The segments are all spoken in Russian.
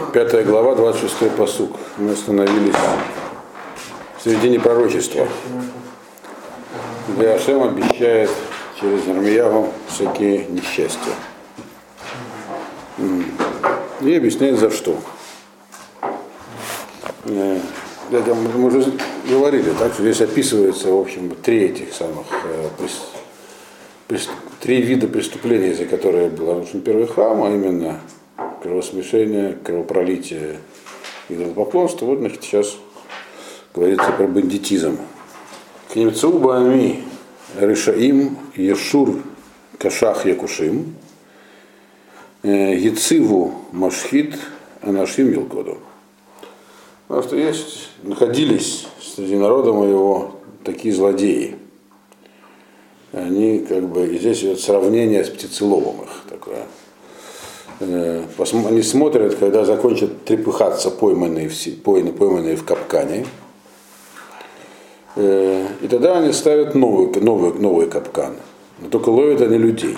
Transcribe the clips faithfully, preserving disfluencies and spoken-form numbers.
Пятая глава, двадцать шестой пасук. Мы остановились в середине пророчества, где Ашем обещает через Ирмиягу всякие несчастья. И объясняет за что. Это мы уже говорили, так что здесь описывается, в общем, три этих самых три вида преступлений, за которые был разрушен первый храм, а именно кровосмешение, кровопролитие и идолопоклонство. Вот, значит, сейчас говорится про бандитизм. Книвцу Баами Решаим Ешур Кашах Якушим Яциву Машхит Анашим Елкоду. Потому что есть, находились среди народа моего такие злодеи. Они как бы, и здесь идет сравнение с птицеловом их такое. Они смотрят, когда закончат трепыхаться пойманные, пойманные, пойманные в капкане. И тогда они ставят новый, новый, новый капкан. Но только ловят они людей.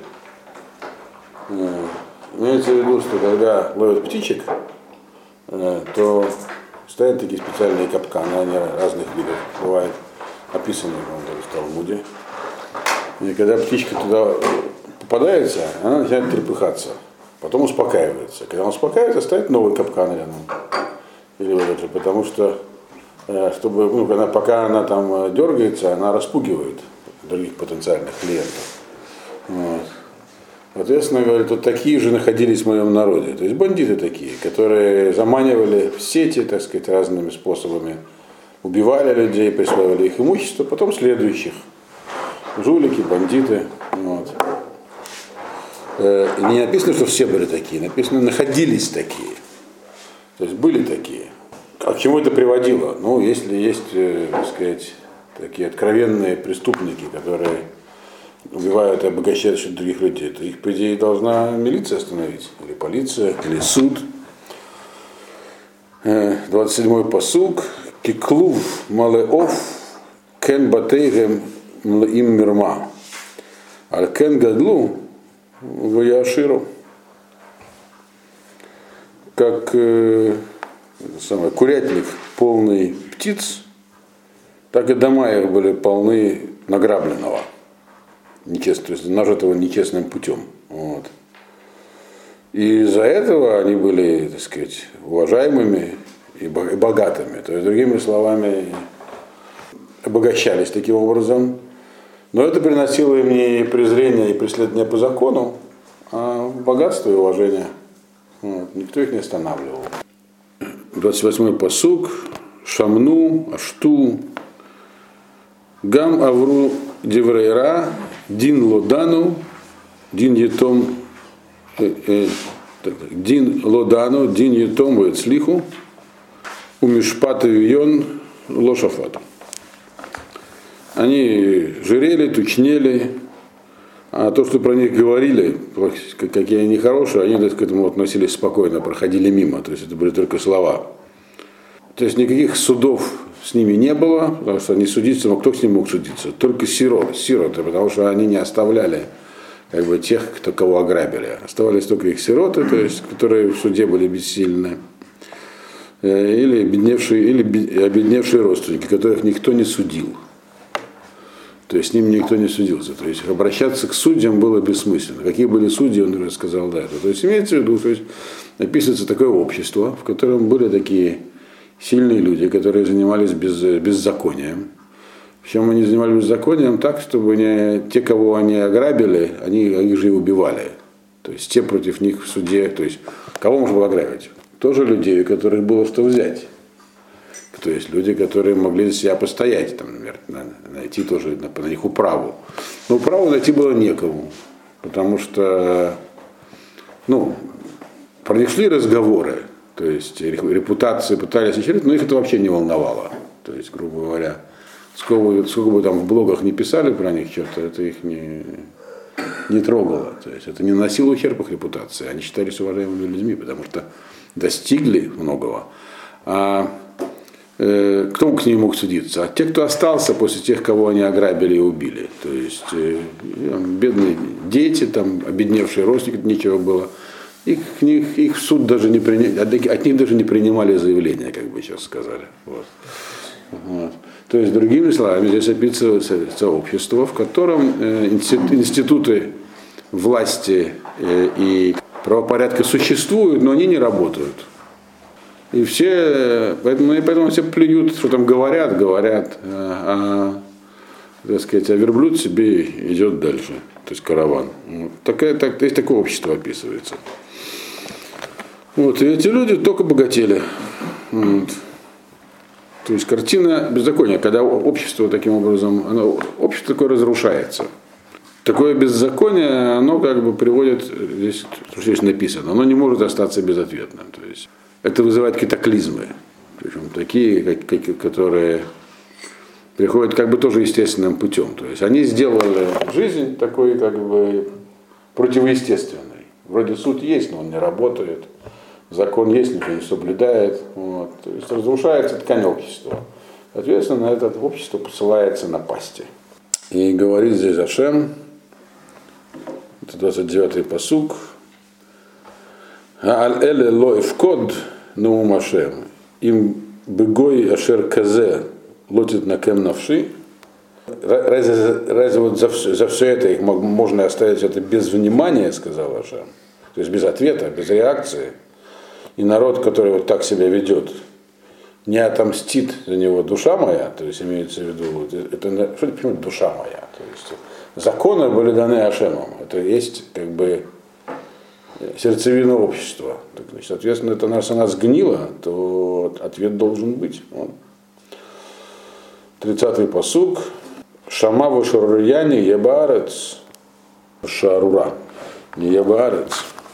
Имеется в виду, что когда ловят птичек, то ставят такие специальные капканы, они разных видов бывают, описаны в Талмуде. И когда птичка туда попадается, она начинает трепыхаться. Потом успокаивается. Когда он успокаивается, ставит новый капкан рядом. Или вот это, потому что, чтобы, ну, она, пока она там дергается, она распугивает других потенциальных клиентов. Вот. Соответственно, говорит, вот такие же находились в моем народе. То есть бандиты такие, которые заманивали в сети, так сказать, разными способами, убивали людей, присваивали их имущество, потом следующих. Жулики, бандиты. Вот. Не написано, что все были такие, написано, находились такие. То есть были такие. А к чему это приводило? Ну, если есть, так сказать, такие откровенные преступники, которые убивают и обогащают счет других людей, то их, по идее, должна милиция остановить, или полиция, или суд. двадцать седьмой пасук. Киклув малеов кен батейгем млаим мирма. Аль кен гадлу в Яширу, как э, самое, курятник полный птиц, так и дома их были полны награбленного, нечестно, то есть нажитого нечестным путем. Вот. И из-за этого они были, так сказать, уважаемыми и богатыми. То есть, другими словами, обогащались таким образом. Но это приносило им не презрение и преследование по закону, а богатство и уважение. Вот. Никто их не останавливал. двадцать восьмой пасук. Шамну, Ашту, Гам Авру Деврейра, Дин Лодану, Дин Етом, э, э, Дин Лодану, Дин Етом Вецлиху, Умишпат Вион Лошафат. Они жирели, тучнели, а то, что про них говорили, какие они хорошие, они к этому относились спокойно, проходили мимо, то есть это были только слова. То есть никаких судов с ними не было, потому что они судиться, но кто с ним мог судиться? Только сирот, сироты, потому что они не оставляли как бы, тех, кто кого ограбили. Оставались только их сироты, то есть, которые в суде были бессильны, или обедневшие, или обедневшие родственники, которых никто не судил. То есть с ним никто не судился. То есть обращаться к судьям было бессмысленно. Какие были судьи, он уже сказал до этого. То есть имеется в виду, то есть описывается такое общество, в котором были такие сильные люди, которые занимались без, беззаконием. Причем они занимались беззаконием так, чтобы не, те, кого они ограбили, они их же и убивали. То есть те против них в суде. То есть кого можно было ограбить? Тоже людей, у которых было что взять. То есть люди, которые могли за себя постоять, там, например, найти тоже на, на них управу. Но управу найти было некому, потому что, ну, про них шли разговоры, то есть репутации пытались исчерпать, но их это вообще не волновало. То есть, грубо говоря, сколько, сколько бы там в блогах не писали про них что-то, это их не, не трогало. То есть это не наносило ущерб их репутации, они считались уважаемыми людьми, потому что достигли многого. А кто к ним мог судиться? А те, кто остался после тех, кого они ограбили и убили. То есть бедные дети, там, обедневшие родственники, нечего было. их, них, их в суд даже не принимали, от них даже не принимали заявления, как бы сейчас сказали. Вот. Вот. То есть, другими словами, здесь описывается общество, в котором э, институты власти э, и правопорядка существуют, но они не работают. И все, поэтому, и поэтому все плюют, что там говорят, говорят, а, так сказать, а верблюд себе идет дальше, то есть караван. Вот. Такая, так, то есть такое общество описывается. Вот, и эти люди только богатели. Вот. То есть картина беззакония, когда общество таким образом, оно, общество такое разрушается. Такое беззаконие, оно как бы приводит, здесь, здесь написано, оно не может остаться безответным. То есть это вызывает катаклизмы, причем такие, как, как, которые приходят как бы тоже естественным путем. То есть они сделали жизнь такой как бы противоестественной. Вроде суд есть, но он не работает. Закон есть, никто не соблюдает. Вот. То есть разрушается ткань общества. Соответственно, это общество посылается напасти. И говорит здесь Ашем, это двадцать девятый пасук, А'аль эле ло ифкод наум Ашем, им бегой ашер казе лотит накем навши. Разве, разве вот за все, за все это их можно оставить это без внимания, сказал Ашем, то есть без ответа, без реакции. И народ, который вот так себя ведет, не отомстит за него душа моя, то есть имеется в виду, это, что это почему душа моя? То есть законы были даны Ашемом, это есть как бы сердцевина общества. Так, значит, соответственно, это раз она сгнила, то ответ должен быть. Вот. тридцатый пасук. Шамаву шаруяни ебаарец шарура. Не ебаарец.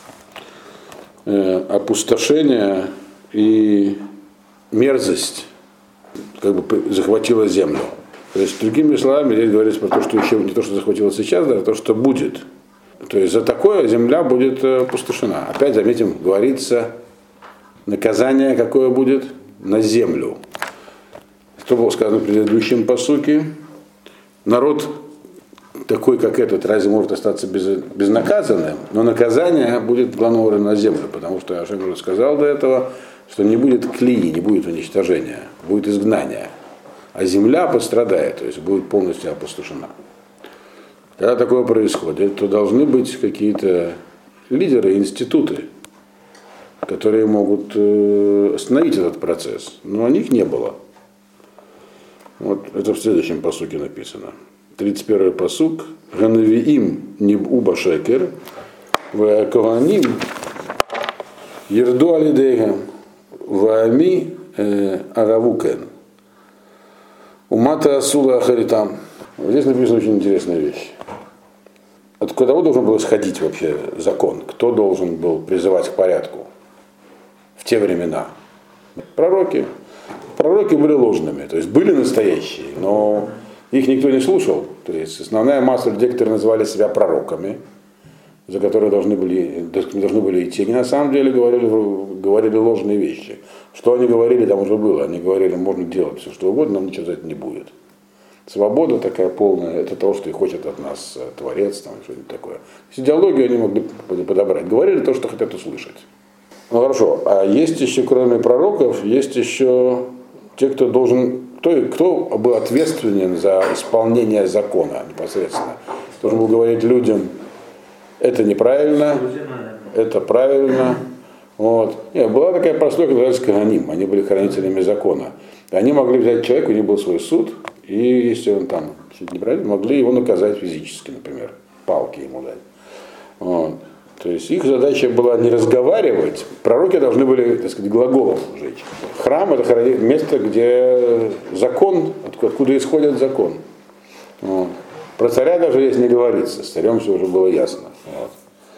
Опустошение и мерзость как бы захватила землю. То есть, другими словами, здесь говорится про то, что еще не то, что захватило сейчас, а то, что будет. То есть за такое земля будет опустошена. Опять, заметим, говорится, наказание какое будет на землю. Что было сказано в предыдущем пасуке? Народ такой, как этот, разве может остаться без, безнаказанным? Но наказание будет главным образом на землю, потому что Ашем уже сказал до этого, что не будет клии, не будет уничтожения, будет изгнание. А земля пострадает, то есть будет полностью опустошена. Когда такое происходит, то должны быть какие-то лидеры, институты, которые могут остановить этот процесс. Но них не было. Вот это в следующем пасуке написано. тридцать первый пасук. Ганавиим нибуба шекер, ваакованим ерду алидейгам, ваами аравукен. Умата асула ахаритам. Здесь написана очень интересная вещь. От кого должен был исходить вообще закон? Кто должен был призывать к порядку в те времена? Пророки. Пророки были ложными, то есть были настоящие, но их никто не слушал. То есть основная масса людей, которые называли себя пророками, за которые должны были, должны были идти, они на самом деле говорили, говорили ложные вещи. Что они говорили, там уже было. Они говорили, можно делать все, что угодно, но ничего за это не будет. Свобода такая полная, это то, что и хочет от нас Творец, там что-нибудь такое. Идеологию они могли подобрать. Говорили то, что хотят услышать. Ну хорошо, а есть еще, кроме пророков, есть еще те, кто должен, кто, кто был ответственен за исполнение закона непосредственно. Должен был говорить людям, это неправильно, это правильно. Вот. Нет, была такая прослойка, называется Коганим, они были хранителями закона. Они могли взять человека, у них был свой суд, и если он там что-то неправильно, могли его наказать физически, например, палки ему дать. Вот. То есть их задача была не разговаривать, пророки должны были, так сказать, глаголом жить. Храм — это место, где закон, откуда исходит закон. Вот. Про царя даже здесь не говорится, с царем все уже было ясно. Вот.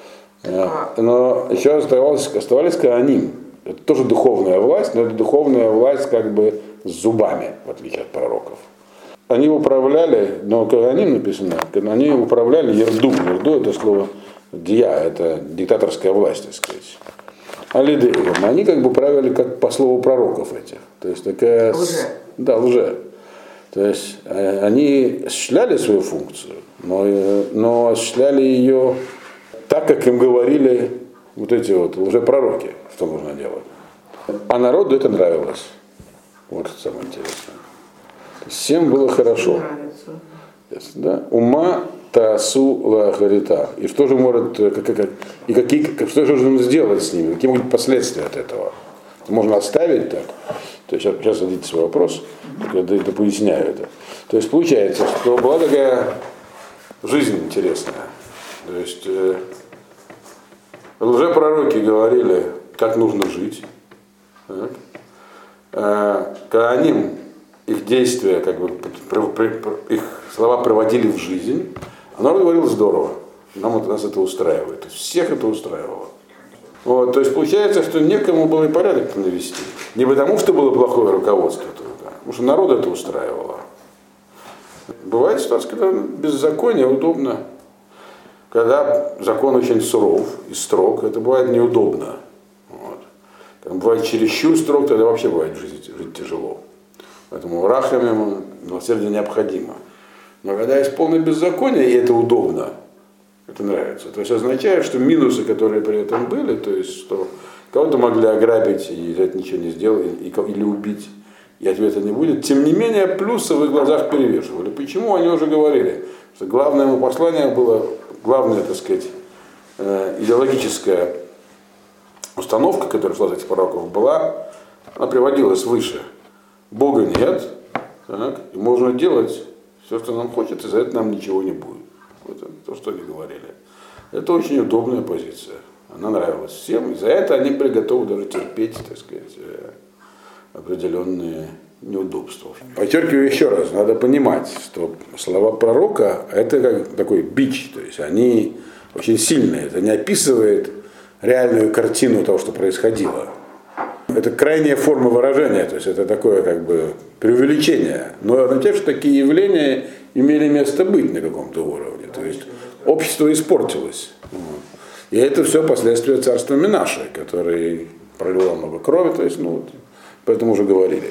Но еще оставалось, оставались коаним. Это тоже духовная власть, но это духовная власть как бы с зубами, в отличие от пророков. Они управляли, но коаним написано, они управляли ерду. Ерду — это слово дия, это диктаторская власть, так сказать. Алидеевым. Они как бы правили как по слову пророков этих. То есть такая... Лже. Да, лже. То есть они осуществляли свою функцию, но, но осуществляли ее так, как им говорили вот эти вот лжепророки, что нужно делать. А народу это нравилось. Вот что самое интересное. Всем было хорошо. Да? Ума тасу лагарита. И что же может, как, как, и какие, как, что же нужно сделать с ними? Какие будут последствия от этого? Можно оставить так? То есть, сейчас задайте свой вопрос, я это поясняю это. То есть получается, что была такая жизнь интересная. То есть э, лжепророки говорили, как нужно жить. Так. Э, Коаним, их действия, как бы, их слова приводили в жизнь, а народ говорил здорово. Нам вот, нас это устраивает. То есть всех это устраивало. Вот, то есть получается, что некому было и порядок навести. Не потому, что было плохое руководство только, потому что народу это устраивало. Бывает ситуация, когда беззаконие удобно, когда закон очень суров и строг, это бывает неудобно. Вот. Когда бывает чересчур строг, тогда вообще бывает жить, жить тяжело. Поэтому рахамим милосердие необходимо. Но когда есть полное беззаконие, и это удобно, это нравится. То есть означает, что минусы, которые при этом были, то есть что кого-то могли ограбить и за это ничего не сделать, или убить, и ответа не будет. Тем не менее, плюсы в их глазах перевешивали. Почему? Они уже говорили, что главное ему послание было, главная, так сказать, идеологическая установка, которая шла от этих пророков, была, она приводилась выше. Бога нет, так, и можно делать все, что нам хочется, и за это нам ничего не будет. Вот это то, что они говорили. Это очень удобная позиция. Она нравилась всем, и за это они были готовы даже терпеть, так сказать, определенные неудобства. Подчеркиваю еще раз, надо понимать, что слова пророка это как такой бич, то есть они очень сильные, это не описывает реальную картину того, что происходило. Это крайняя форма выражения, то есть это такое как бы преувеличение. Но означает, что такие явления имели место быть на каком-то уровне. То есть общество испортилось. И это все последствия царства Менаше, который пролило много крови, то есть, ну, вот, поэтому уже говорили.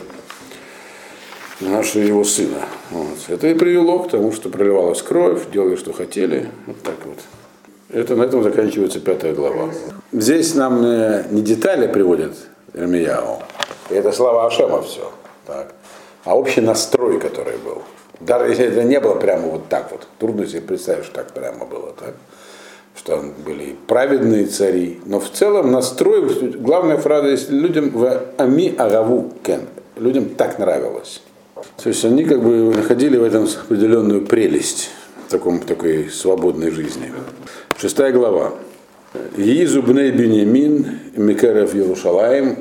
Менаше и его сына. Вот. Это и привело к тому, что проливалась кровь, делали, что хотели. Вот так вот. Это, на этом заканчивается пятая глава. Здесь нам не детали приводят Ирмияу. И это слава Ашема все. Так. А общий настрой, который был. Даже если это не было прямо вот так вот. Трудно себе представить, что так прямо было. Так? Что были праведные цари. Но в целом настрой, главная фраза, если людям в ами агаву кен. Людям так нравилось. То есть они как бы находили в этом определенную прелесть в таком, такой свободной жизни. Шестая глава. Иизу бней Биньямин Микерев Иерушалаим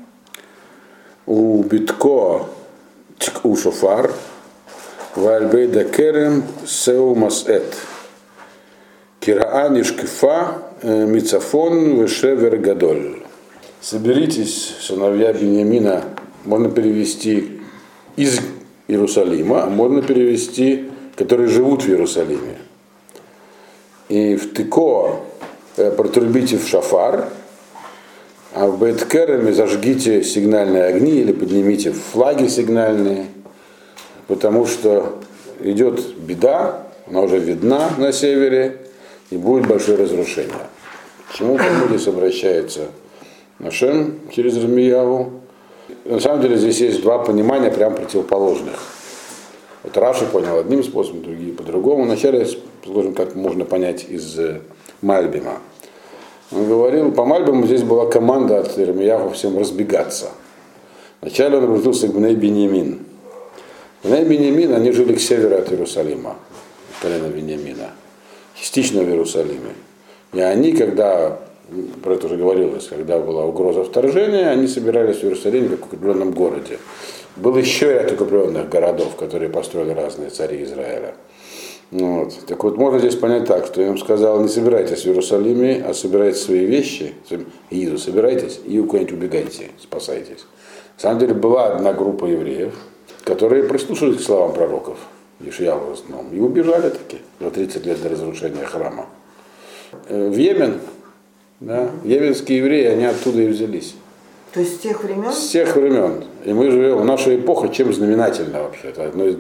у Битко у Шофар Вальбейда Керем Сеу Масэт Кираани Шкифа Мицафон Вешевер Гадоль. Соберитесь, сыновья Биньямина, можно перевести из Иерусалима, а можно перевести, которые живут в Иерусалиме. И в Тико протрубите в шафар, а в Бейт-Кереме зажгите сигнальные огни или поднимите флаги сигнальные, потому что идет беда, она уже видна на севере, и будет большое разрушение. К чему здесь обращается Ашем через Ирмияву? На самом деле здесь есть два понимания прям противоположных. Вот Раши понял одним способом, другие по-другому. Вначале сложно, как можно понять из Мальбима. Он говорил, по Мальбиму здесь была команда от Ирмияху всем разбегаться. Вначале он обратился к Бней Биньямин. Бней Биньямин, они жили к северу от Иерусалима, колено Биньямина, частично в Иерусалиме. И они, когда, про это уже говорилось, когда была угроза вторжения, они собирались в Иерусалиме, как в укрепленном городе. Был еще ряд укрепленных городов, которые построили разные цари Израиля. Вот. Так вот, можно здесь понять так, что я им сказал, не собирайтесь в Иерусалиме, а собирайте свои вещи, Иису, собирайтесь и куда-нибудь убегайте, спасайтесь. На самом деле была одна группа евреев, которые прислушались к словам пророков, Ишаяху в основном, и убежали таки за тридцать лет до разрушения храма. В Йемен, да, йеменские евреи, они оттуда и взялись. То есть с тех времен? С тех времен. И мы живем, наша эпоха чем знаменательна вообще? Это одно из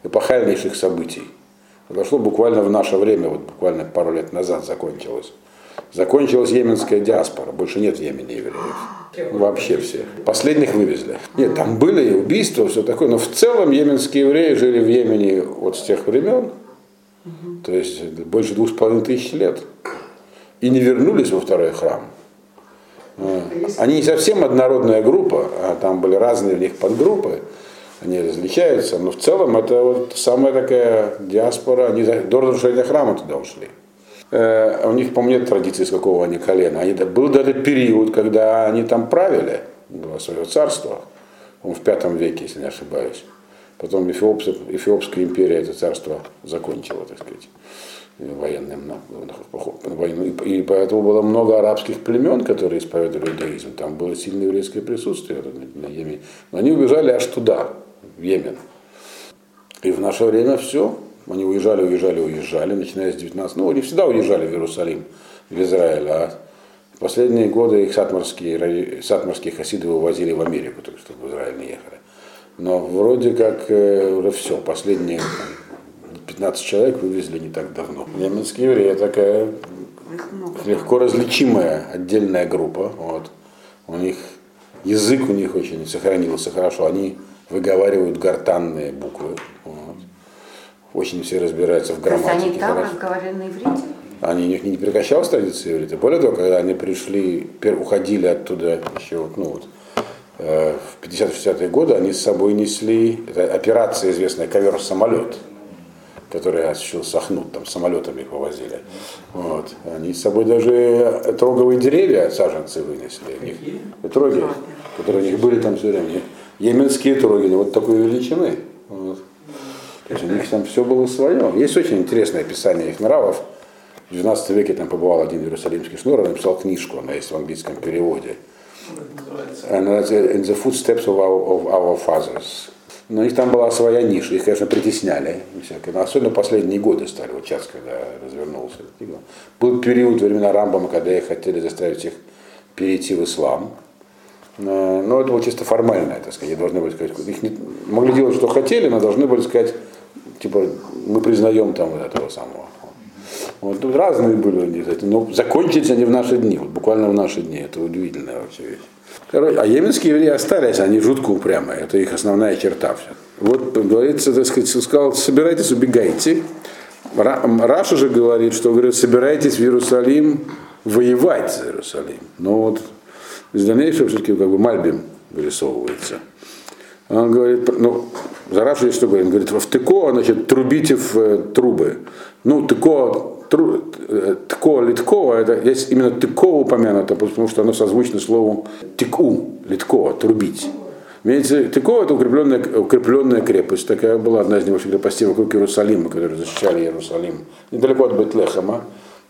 эпохальнейших событий. Произошло буквально в наше время, вот буквально пару лет назад закончилось. Закончилась йеменская диаспора, больше нет в Йемене евреев. Вообще все. Последних вывезли. Нет, там были убийства, все такое, но в целом йеменские евреи жили в Йемене вот с тех времен, то есть больше двух с половиной тысяч лет, и не вернулись во второй храм. Они не совсем однородная группа, а там были разные у них подгруппы, они различаются, но в целом это вот самая такая диаспора, они до разрушения храма туда ушли. Э, у них, по-моему, нет традиции, с какого они колена. Они, был даже период, когда они там правили, было свое царство, в пятом веке, если не ошибаюсь. Потом Эфиопская, Эфиопская империя это царство закончила, так сказать, военным. И поэтому было много арабских племен, которые исповедовали иудаизм. Там было сильное еврейское присутствие на Йемене. Но они уезжали аж туда, в Йемен. И в наше время все. Они уезжали, уезжали, уезжали, начиная с девятнадцатого. Ну, они всегда уезжали в Иерусалим, в Израиль. А в последние годы их сатмарские, сатмарские хасиды вывозили в Америку, только чтобы в Израиль не ехали. Но вроде как э, уже все, последние пятнадцать человек вывезли не так давно. Йеменские евреи такая легко различимая отдельная группа. Вот. У них язык у них очень сохранился хорошо. Они выговаривают гортанные буквы. Вот. Очень все разбираются в грамматике. То есть они там разговаривали на иврите? Они, у них не прекращалась традиция иврита. Более того, когда они пришли, уходили оттуда еще, ну вот, в пятидесятые-шестидесятые годы, они с собой несли, это операция известная, ковер-самолет, который осуществился Ахнут, там самолетами их вывозили. Вот. Они с собой даже троговые деревья, саженцы вынесли. У них, троги, которые у них были там все время. Йеменские троги, вот такой величины. Вот. То есть у них там все было свое. Есть очень интересное описание их нравов. В двенадцатом веке там побывал один иерусалимский шнур, он написал книжку, она есть в английском переводе. Она называется In the Footsteps of Our, of our Fathers. Но у них там была своя ниша, их, конечно, притесняли. Но особенно последние годы стали, вот сейчас, когда развернулся. Был период времена Рамбама, когда их хотели заставить их перейти в ислам. Но это было чисто формальное, так сказать. Должны были сказать, их не, могли делать, что хотели, но должны были сказать, типа, мы признаем там вот этого самого. Вот, тут разные были, но закончились они в наши дни, вот буквально в наши дни. Это удивительная вообще вещь. Короче, а йеменские евреи остались, они жутко упрямые, это их основная черта. Все. Вот говорится, так сказать, сказал, собирайтесь, убегайте. Раша же говорит, что говорит, собирайтесь в Иерусалим воевать за Иерусалим. Но вот из дальнейшего все-таки как бы Мальбим вырисовывается. Он говорит, ну, за Рашу есть что говорит, он говорит, в тыко, значит, трубите в трубы. Ну, тыко, тру, тыко, литко, это здесь именно тыко упомянуто, потому что оно созвучно слову тыку, литко, трубить. Имеется, тыко это укрепленная, укрепленная крепость, такая была одна из небольших крепостей вокруг Иерусалима, которые защищали Иерусалим. Недалеко от Бейт-Лехема,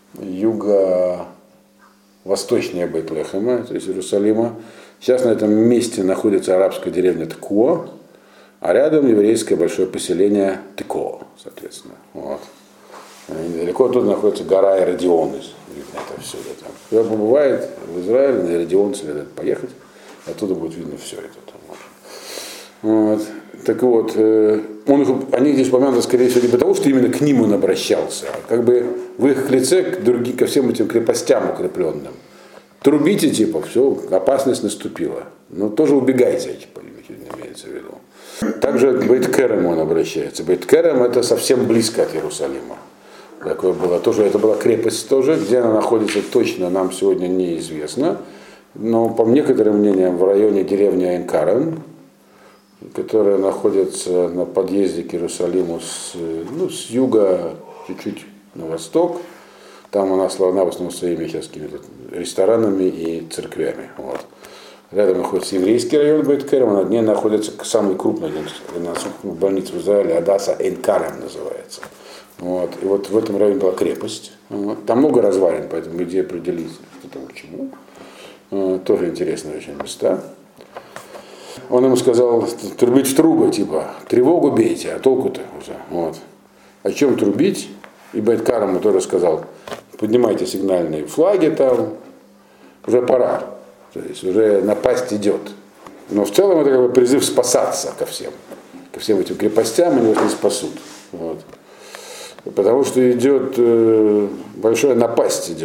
юго-восточнее Бейт-Лехема, то есть Иерусалима. Сейчас на этом месте находится арабская деревня Тко, а рядом еврейское большое поселение Тко, соответственно. Вот. Недалеко оттуда находится гора Эродион, видно это все. Там. Кто побывает в Израиле, на Эродион следует поехать, оттуда будет видно все это. Там. Вот. Так вот, он, они здесь упомянуты, скорее всего, не потому, что именно к ним он обращался, а как бы в их лице к другим, ко всем этим крепостям укрепленным. Трубите, типа, все, опасность наступила. Но тоже убегайте, типа, имеется в виду. Также к Бейт-Керему он обращается. Бейт-Керем это совсем близко от Иерусалима. Такое было тоже, это была крепость тоже, где она находится точно, нам сегодня неизвестно. Но по некоторым мнениям в районе деревни Айн-Карем, которая находится на подъезде к Иерусалиму с, ну, с юга чуть-чуть на восток. Там она славна в основном своими сейчас какими-то ресторанами и церквями. Вот. Рядом находится еврейский район Бейт-Керем, а на дне находится самый крупный больница в Израиле, Адаса Эйн-Карем называется. Вот. И вот в этом районе была крепость. Вот. Там много развалин, поэтому где определить, что там к чему. Вот. Тоже интересные очень места. Он ему сказал, трубить в трубы, типа, тревогу бейте, а толку-то уже. Вот. О чем трубить? И Бейт-Керему тоже сказал, поднимайте сигнальные флаги там, уже пора, то есть уже напасть идет. Но в целом это как бы призыв спасаться ко всем, ко всем этим крепостям, они их не спасут. Вот. Потому что идет, э, большая напасть идет.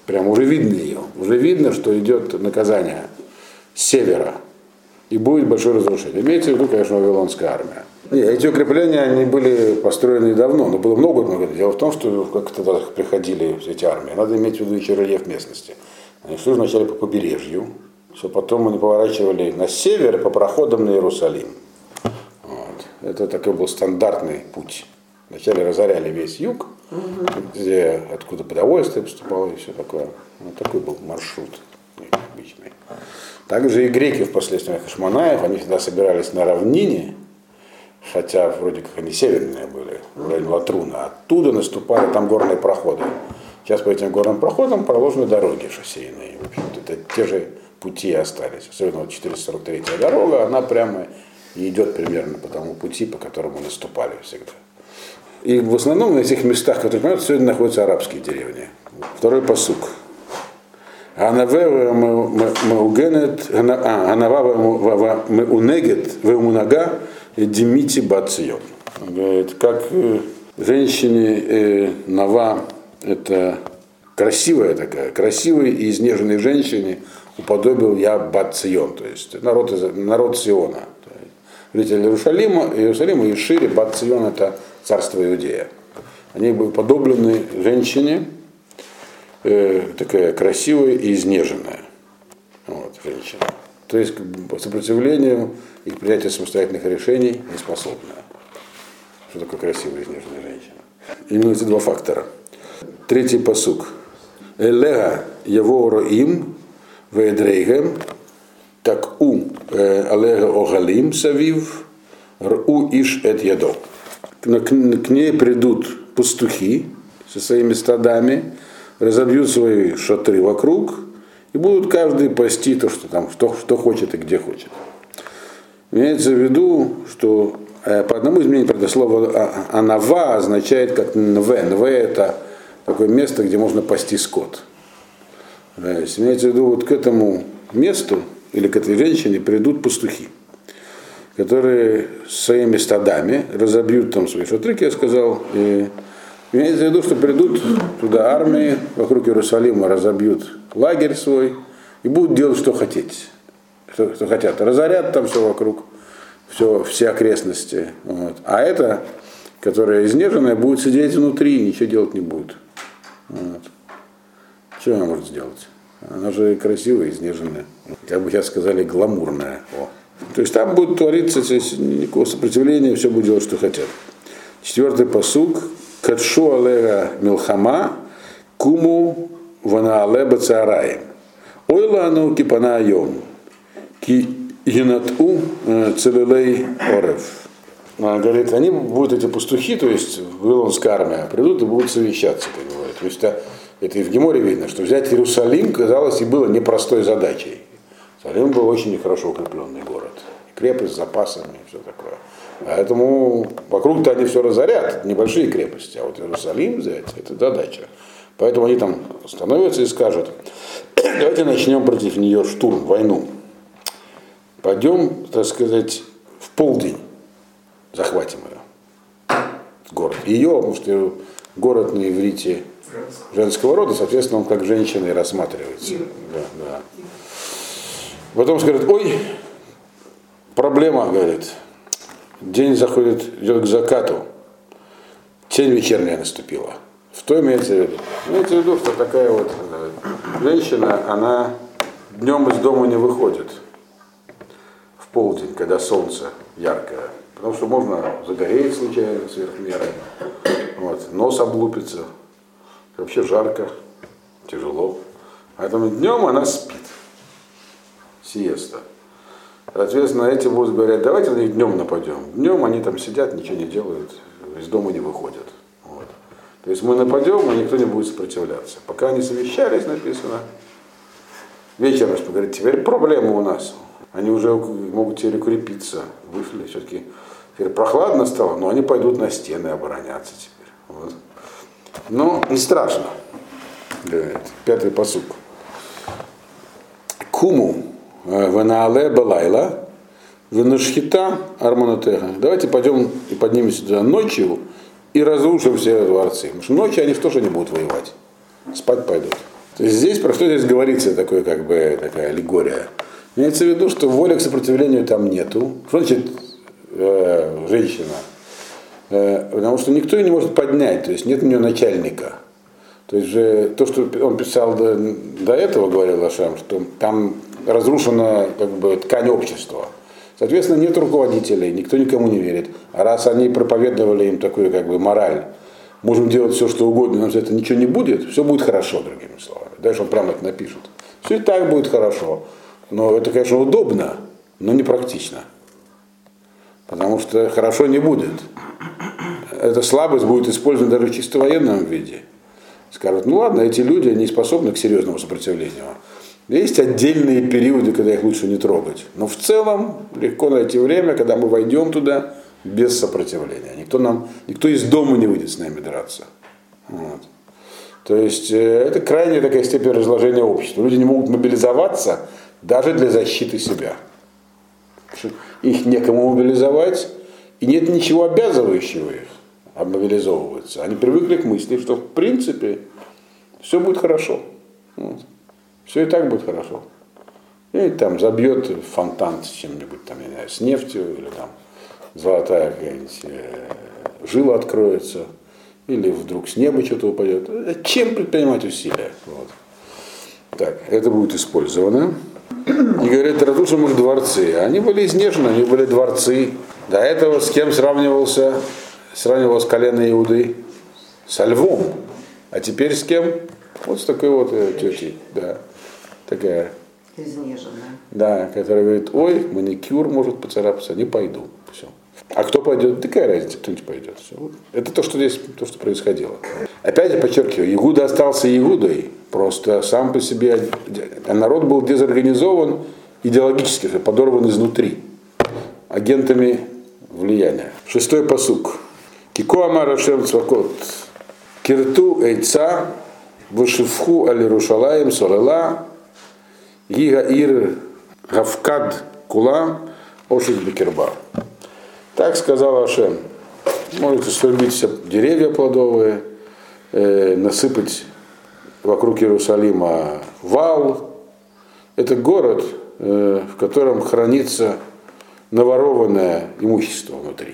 Прям уже видно ее. Уже видно, что идет наказание с севера. И будет большое разрушение. Имеется в виду, конечно, Вавилонская армия. И эти укрепления, они были построены давно, но было много-много. Дело в том, что как тогда приходили эти армии, надо иметь в виду еще рельеф местности. Они шли вначале по побережью, все потом они поворачивали на север по проходам на Иерусалим. Вот. Это такой был стандартный путь. Вначале разоряли весь юг, угу. где, откуда продовольствие поступало и все такое. Вот такой был маршрут обычный. Также и греки впоследствии хашмонаев, они всегда собирались на равнине, хотя вроде как они северные были, в районе Латруна, оттуда наступали там горные проходы. Сейчас по этим горным проходам проложены дороги шоссейные. В общем-то, это те же пути остались. Особенно вот четыреста сорок третья дорога, она прямо идет примерно по тому пути, по которому наступали всегда. И в основном на этих местах, которые понимают, сегодня находятся арабские деревни. Второй пасук. Анаве маугенет, анава меунегет, веумунага, демити бацион. Говорит, как женщине э, Нава, это красивая такая, красивой и изнеженной женщине уподобил я Бат-Цион, то есть народ, из, народ Сиона. Жители Иерусалима, Иерусалима и шире Бат-Цион это царство Иудея. Они были подоблены женщине, э, такая красивая и изнеженная. Вот, женщина. То есть по сопротивлению и к принятию самостоятельных решений не способна. Что такое красивая и изнеженная женщина? Именно эти два фактора. Третий пасук. Элега яворо им ведрейгем так у алега огалим савив ру иш эт ядо. К ней придут пастухи со своими стадами, разобьют свои шатры вокруг и будут каждый пасти то, что там, что, что хочет и где хочет. Имеется в виду, что по одному изменению, правда, слово «анава» означает как «нве». «Нве» — это такое место, где можно пасти скот. Имеется в виду, вот к этому месту или к этой женщине придут пастухи, которые своими стадами разобьют там свои шатры, как я сказал, и имеется в виду, что придут туда армии, вокруг Иерусалима разобьют лагерь свой и будут делать, что хотеть. Что, что хотят. Разорят там все вокруг, все, все окрестности. Вот. А эта, которая изнеженная, будет сидеть внутри и ничего делать не будет. Вот. Что она может сделать? Она же красивая, изнеженная. Как бы сейчас сказали, гламурная. О. То есть там будет твориться, никакого сопротивления, все будет делать, что хотят. Четвертый пасук. Кадшу алега милхама куму ванаале бацараем. Ойлану кипана йом. Ки янату целелей орев. Говорит, они будут, эти пастухи, то есть вавилонская армия, придут и будут совещаться, как говорят. То есть это, это и в Геморе видно, что взять Иерусалим, казалось, и было непростой задачей. Иерусалим был очень хорошо укрепленный город. И крепость с запасами, и все такое. Поэтому вокруг-то они все разорят, небольшие крепости, а вот Иерусалим взять, это задача. Поэтому они там становятся и скажут, давайте начнем против нее штурм, войну. Пойдем, так сказать, в полдень захватим ее, город. Ее, потому что город на иврите женского рода, соответственно, он как женщина и рассматривается. Да, да. Потом скажет, ой, проблема, говорит, день заходит, идет к закату, тень вечерняя наступила. Что имеется в виду? Имеется в виду, что такая вот женщина, она днем из дома не выходит в полдень, когда солнце яркое. Потому что можно загореть случайно сверх меры, вот, нос облупится, вообще жарко, тяжело. Поэтому днем она спит, сиеста. Соответственно, эти будут говорить, давайте на них днем нападем. Днем они там сидят, ничего не делают, из дома не выходят. Вот. То есть мы нападем, и никто не будет сопротивляться. Пока они совещались, написано, вечером говорит, теперь проблема у нас. Они уже могут теперь укрепиться, вышли, все-таки теперь прохладно стало, но они пойдут на стены обороняться теперь. Вот. Но не страшно, говорит, пятый пасук. Куму ванаале балайла венашхита армонотеха. Давайте пойдем и поднимемся туда ночью, и разрушим все дворцы. Потому что ночью они тоже не будут воевать. Спать пойдут. То есть здесь, про что здесь говорится, такое, как бы, такая аллегория? Имеется в виду, что воли к сопротивлению там нету. Что значит э, женщина? Э, потому что никто ее не может поднять, то есть нет у нее начальника. То есть же то, что он писал до, до этого, говорил Ашем, что там разрушена как бы ткань общества. Соответственно, нет руководителей, никто никому не верит. А раз они проповедовали им такую как бы мораль, можем делать все, что угодно, нам за это ничего не будет, все будет хорошо, другими словами. Дальше он прямо это напишет. Все и так будет хорошо. Но это, конечно, удобно, но не практично. Потому что хорошо не будет. Эта слабость будет использована даже в чисто военном виде. Скажут, ну ладно, эти люди не способны к серьезному сопротивлению. Есть отдельные периоды, когда их лучше не трогать. Но в целом легко найти время, когда мы войдем туда без сопротивления. Никто, нам, никто из дома не выйдет с нами драться. Вот. То есть это крайняя такая степень разложения общества. Люди не могут мобилизоваться даже для защиты себя. Их некому мобилизовать, и нет ничего обязывающего их мобилизовываться. Они привыкли к мысли, что в принципе все будет хорошо. Вот. Все и так будет хорошо. И там забьет фонтан с чем-нибудь, там, я не знаю, с нефтью, или там золотая какая-нибудь э, жила откроется, или вдруг с неба что-то упадет. Чем предпринимать усилия? Вот. Так, это будет использовано. И говорят, разрушим их дворцы. Они были изнежены, они были дворцы. До этого с кем сравнивался? Сравнивалось колено Иуды со львом. А теперь с кем? Вот с такой вот э, тетей. Да. Такая. Изнеженная. Да, которая говорит, ой, маникюр может поцарапаться, не пойду. Все. А кто пойдет? Такая разница, кто-нибудь пойдет. Все. Это то, что здесь, то, что происходило. Опять я подчеркиваю, Иуда остался Иудой, просто сам по себе, народ был дезорганизован идеологически, подорван изнутри, агентами влияния. Шестой пасук. Кико амар Ашем цвакот, кирту эйца, вышивху аль-Рушалаем солела, гига ир гавкад кула, ошик бекерба. Так сказал Ашем. Можете срубить все деревья плодовые, э, насыпать вокруг Иерусалима вал. Это город, э, в котором хранится наворованное имущество внутри.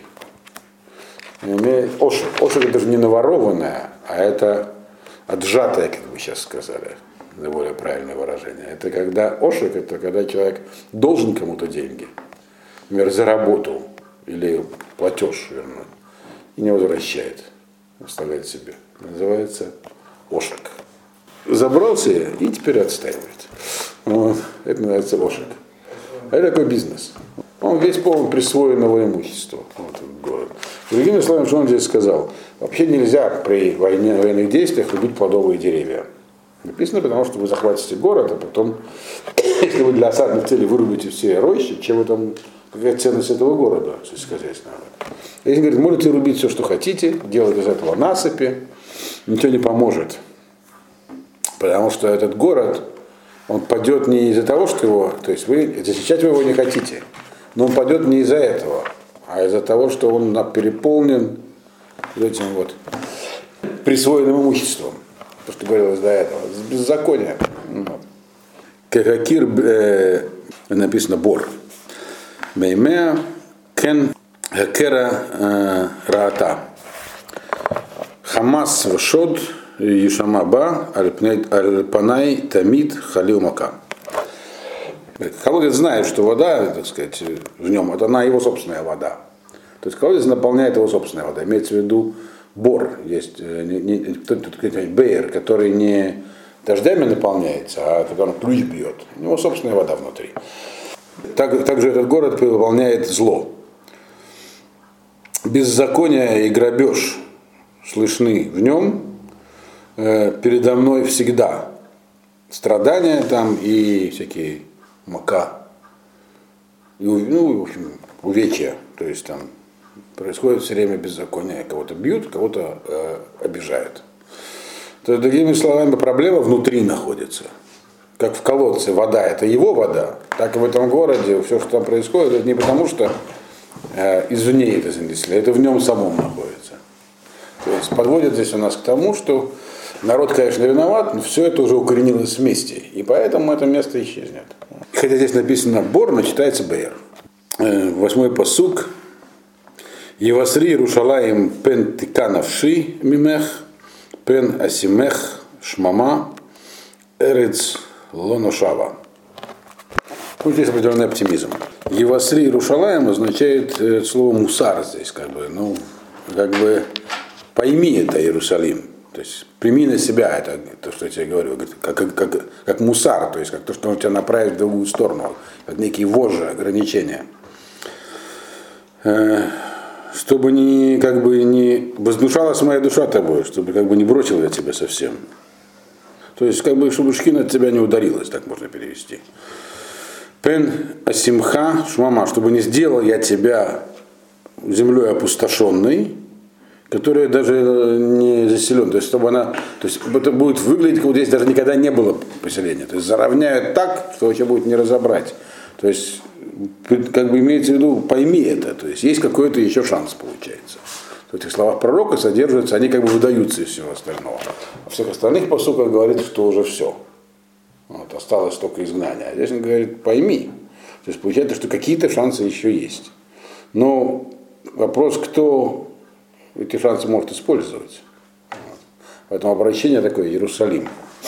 Ошек. Ошек это же не наворованное, а это отжатое, как вы сейчас сказали. Это более правильное выражение. Это когда ошек, это когда человек должен кому-то деньги. Например, заработал или платеж вернуть. И не возвращает. Оставляет себе. Называется ошек. Забрался и теперь отстаивает. Вот. Это называется ошек. А это такой бизнес. Он весь полон присвоенного имущества. Вот этот город. Другими словами, что он здесь сказал? Вообще нельзя при войне, военных действиях рубить плодовые деревья. Написано, потому что вы захватите город, а потом, если вы для осадных целей вырубите все рощи, чем вы там, какая ценность этого города, сельскохозяйственного. Если говорит, можете рубить все, что хотите, делать из этого насыпи, ничего не поможет. Потому что этот город, он падет не из-за того, что его, то есть вы, защищать вы его не хотите, но он падет не из-за этого, а из-за того, что он переполнен этим вот присвоенным имуществом. То, что говорилось до этого, беззаконие. Кахакир э, написано бор. Меймеа кен хакера раата. Хамас вшод Ешамаба Альпанай Тамид Халил Мака. Колодец знает, что вода, так сказать, в нем, это она его собственная вода. То есть колодец наполняет его собственная вода. Имеется в виду бор, есть не, не, бейер, который не дождями наполняется, а которым ключ бьет. У него собственная вода внутри. Так, также этот город выполняет зло. Беззаконие и грабеж слышны в нем. Передо мной всегда страдания там и всякие мака, и, ну, в общем, увечья, то есть там происходит все время беззаконие, кого-то бьют, кого-то э, обижают. То есть, другими словами, проблема внутри находится. Как в колодце вода, это его вода, так и в этом городе все, что там происходит, это не потому, что э, извне это занесли, это в нем самом находится. То есть подводит здесь у нас к тому, что народ, конечно, виноват, но все это уже укоренилось вместе. И поэтому это место исчезнет. Хотя здесь написано Бор, но читается Бейр. Восьмой пасук. Евасри Иерушалаим пен тиканавши мимех, пен асимех шмама, эрец лоношава. Вот здесь определенный оптимизм. Евасри Иерушалаим означает э, слово мусар здесь, как бы, ну, как бы пойми это, Иерусалим. То есть прими на себя это, то, что я тебе говорю, как, как, как, как мусар, то есть как то, что он тебя направит в другую сторону, как некие вожжи, ограничения. Э, чтобы не, как бы, не вознушалась моя душа тобой, чтобы как бы не бросил я тебя совсем. То есть, как бы, чтобы шхина от тебя не ударилась, так можно перевести. Пен асимха шмама, чтобы не сделал я тебя землей опустошенной, которая даже не заселена. То есть, чтобы она, то есть это будет выглядеть, как вот здесь даже никогда не было поселения. То есть заровняют так, что вообще будет не разобрать. То есть, как бы имеется в виду, пойми это. То есть есть какой-то еще шанс, получается. В этих словах пророка содержатся, они как бы выдаются из всего остального. Во всех остальных посуках говорится, что уже все. Вот, осталось только изгнание. А здесь он говорит, пойми. То есть получается, что какие-то шансы еще есть. Но вопрос, кто эти шансы может использовать. Вот. Поэтому обращение такое, Иерусалим.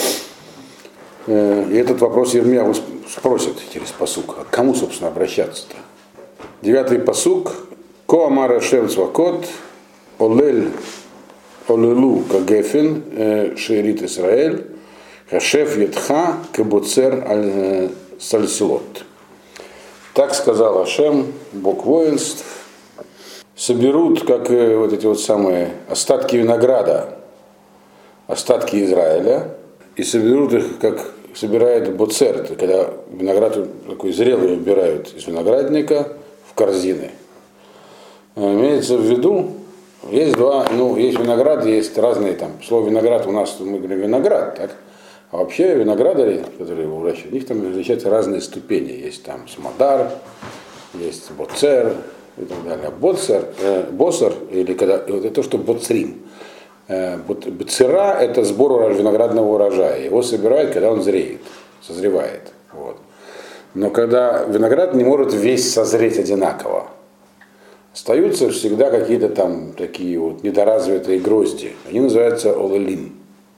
И этот вопрос Ирмия спросит через пасук, а к кому, собственно, обращаться-то? Девятый пасук. Ко амара шем цвакот, олель, олелу кагефин, шеирит Исраэль, хашеф едха кебуцер аль сальсилот. Так сказал Ашем, Бог воинств, соберут, как вот эти вот самые остатки винограда, остатки Израиля, и соберут их, как собирает боцер, это когда виноград такой зрелый убирают из виноградника в корзины. Имеется в виду, есть два, ну, есть виноград, есть разные там, слово виноград у нас, мы говорим виноград, так? А вообще виноградари, которые его выращивают, у них там различаются разные ступени. Есть там смодар, есть боцер и так далее. Боцер, э, босер, или когда, это то, что боцрим. Э, боцера – это сбор виноградного урожая. Его собирают, когда он зреет, созревает. Вот. Но когда виноград не может весь созреть одинаково, остаются всегда какие-то там такие вот недоразвитые грозди. Они называются олелим.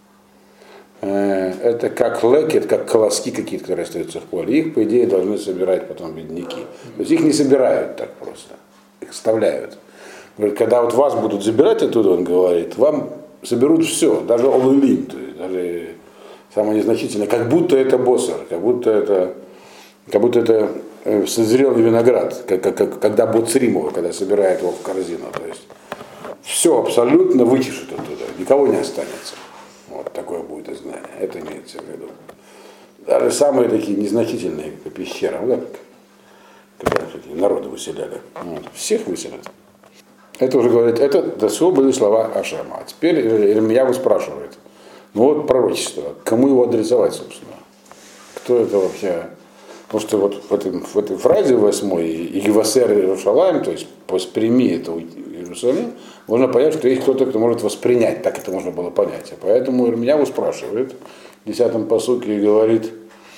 Это как лекет, как колоски какие-то, которые остаются в поле. Их, по идее, должны собирать потом бедняки. То есть их не собирают так просто. Их вставляют. Говорит, когда вот вас будут забирать оттуда, он говорит, вам соберут все, даже олулим, то есть даже самое незначительное, как будто это боссер, как будто это, как будто это созрелый виноград, как, как, как, когда боцрим его, когда собирает его в корзину. То есть все абсолютно вычешут оттуда, никого не останется. Вот такое будет изгнание. Это имеется в виду. Даже самые такие незначительные, как пещера, да, когда народы выселяли. Вот. Всех выселят. Это уже говорит, это до всего были слова Ашема. А теперь Ирмияу спрашивает, ну вот пророчество, кому его адресовать, собственно? Кто это вообще? Потому что вот в этой, в этой фразе восьмой, Евасер Иерушалаим, то есть восприми это Иерусалим, можно понять, что есть кто-то, кто может воспринять, так это можно было понять. И поэтому Ирмияу спрашивает в десятом пасуке и говорит,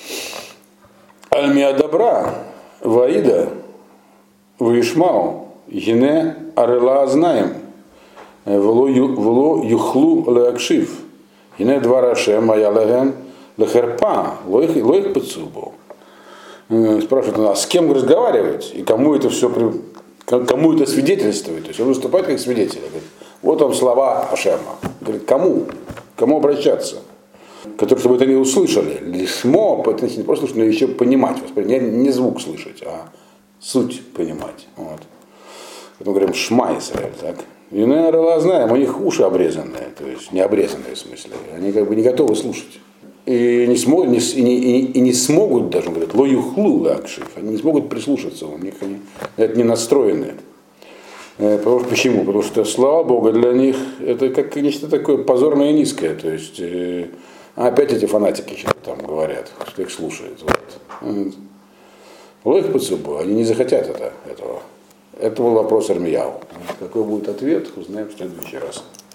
Альмия добра, Ваида, Ваишмау, Гине Арела знаем, Вло Юхлу Леакшив, Гине два Раше Моя Леген Лехерпа, Лоих Пацубу. Спрашивает нас, с кем разговаривать и кому это все, кому это свидетельствует. То есть он выступает как свидетель. Говорит, вот он слова Ашема. Говорит, кому? Кому обращаться? Которые, чтобы это не услышали. Лишмо, это не просто слушать, но еще понимать. Не, не звук слышать, а суть понимать. Вот. Поэтому говорим Шма Исраэль. Так? И, наверное, знаем, у них уши обрезанные, то есть не обрезанные в смысле. Они как бы не готовы слушать. И не, смог, не, и, не, и не смогут даже, говорят, лоюхлу лакшив, они не смогут прислушаться, у них они это не настроены. Почему? Потому что слава Бога для них это как нечто такое позорное и низкое. То есть опять эти фанатики что-то там говорят, что их слушают. Вот. Лоих пацубу, они не захотят это, этого. Это был вопрос Ирмияу. Какой будет ответ, узнаем в следующий раз.